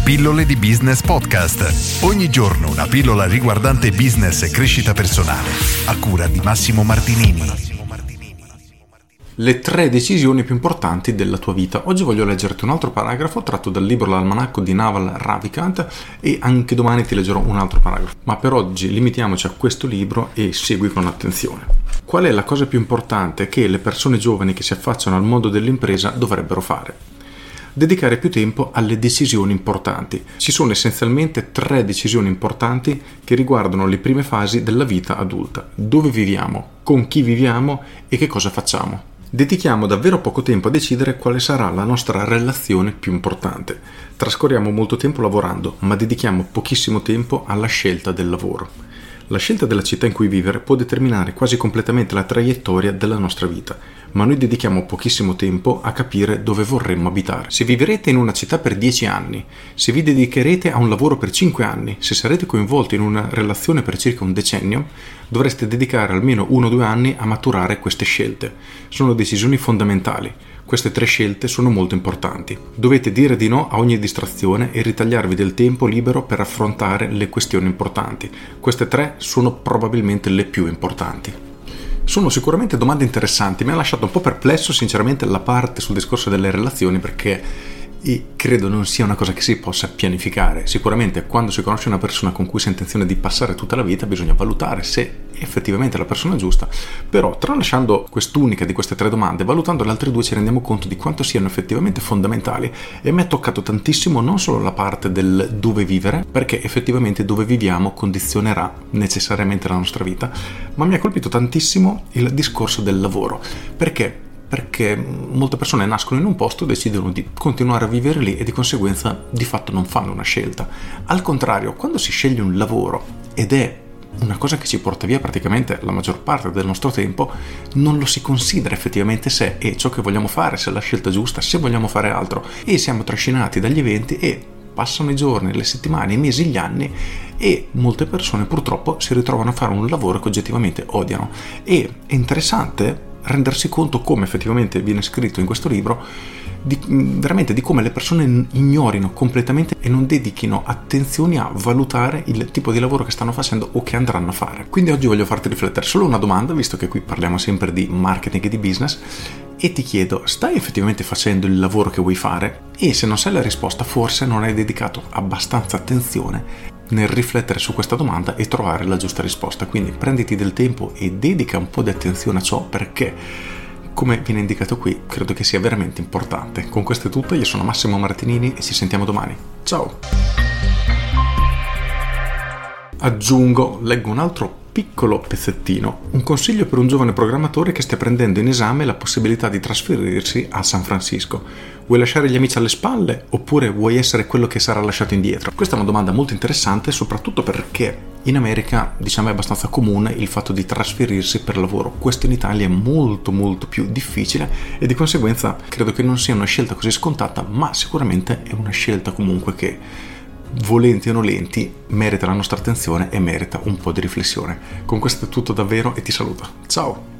Pillole di Business Podcast. Ogni giorno una pillola riguardante business e crescita personale. A cura di Massimo Martinini. Le 3 decisioni più importanti della tua vita. Oggi voglio leggerti un altro paragrafo tratto dal libro L'Almanacco di Naval Ravikant e anche domani ti leggerò un altro paragrafo. Ma per oggi limitiamoci a questo libro e segui con attenzione. Qual è la cosa più importante che le persone giovani che si affacciano al mondo dell'impresa dovrebbero fare? Dedicare più tempo alle decisioni importanti. Ci sono essenzialmente 3 decisioni importanti che riguardano le prime fasi della vita adulta. Dove viviamo, con chi viviamo e che cosa facciamo. Dedichiamo davvero poco tempo a decidere quale sarà la nostra relazione più importante. Trascorriamo molto tempo lavorando, ma dedichiamo pochissimo tempo alla scelta del lavoro. La scelta della città in cui vivere può determinare quasi completamente la traiettoria della nostra vita, ma noi dedichiamo pochissimo tempo a capire dove vorremmo abitare. Se vivrete in una città per 10 anni, se vi dedicherete a un lavoro per 5 anni, se sarete coinvolti in una relazione per circa un decennio, dovreste dedicare almeno 1 o 2 anni a maturare queste scelte. Sono decisioni fondamentali. Queste 3 scelte sono molto importanti. Dovete dire di no a ogni distrazione e ritagliarvi del tempo libero per affrontare le questioni importanti. Queste 3 sono probabilmente le più importanti. Sono sicuramente domande interessanti, mi ha lasciato un po' perplesso sinceramente la parte sul discorso delle relazioni perché credo non sia una cosa che si possa pianificare. Sicuramente quando si conosce una persona con cui si ha intenzione di passare tutta la vita bisogna valutare se effettivamente è la persona giusta, però tralasciando quest'unica di queste 3 domande, valutando le altre 2 ci rendiamo conto di quanto siano effettivamente fondamentali e mi ha toccato tantissimo non solo la parte del dove vivere, perché effettivamente dove viviamo condizionerà necessariamente la nostra vita, ma mi ha colpito tantissimo il discorso del lavoro. Perché molte persone nascono in un posto, decidono di continuare a vivere lì e di conseguenza di fatto non fanno una scelta. Al contrario, quando si sceglie un lavoro ed è una cosa che ci porta via praticamente la maggior parte del nostro tempo, non lo si considera effettivamente se è ciò che vogliamo fare, se è la scelta giusta, se vogliamo fare altro, e siamo trascinati dagli eventi e passano i giorni, le settimane, i mesi, gli anni e molte persone purtroppo si ritrovano a fare un lavoro che oggettivamente odiano. E è interessante rendersi conto, come effettivamente viene scritto in questo libro, veramente di come le persone ignorino completamente e non dedichino attenzioni a valutare il tipo di lavoro che stanno facendo o che andranno a fare. Quindi oggi voglio farti riflettere solo una domanda, visto che qui parliamo sempre di marketing e di business, e ti chiedo: stai effettivamente facendo il lavoro che vuoi fare? E se non sai la risposta, forse non hai dedicato abbastanza attenzione nel riflettere su questa domanda e trovare la giusta risposta. Quindi prenditi del tempo e dedica un po' di attenzione a ciò, perché come viene indicato qui credo che sia veramente importante. Con questo è tutto, io sono Massimo Martinini e ci sentiamo domani. Ciao! Leggo un altro piccolo pezzettino. Un consiglio per un giovane programmatore che stia prendendo in esame la possibilità di trasferirsi a San Francisco. Vuoi lasciare gli amici alle spalle oppure vuoi essere quello che sarà lasciato indietro? Questa è una domanda molto interessante, soprattutto perché in America è abbastanza comune il fatto di trasferirsi per lavoro. Questo in Italia è molto più difficile e di conseguenza credo che non sia una scelta così scontata, ma sicuramente è una scelta comunque che, volenti o nolenti, merita la nostra attenzione e merita un po' di riflessione. Con questo è tutto davvero e ti saluto. Ciao!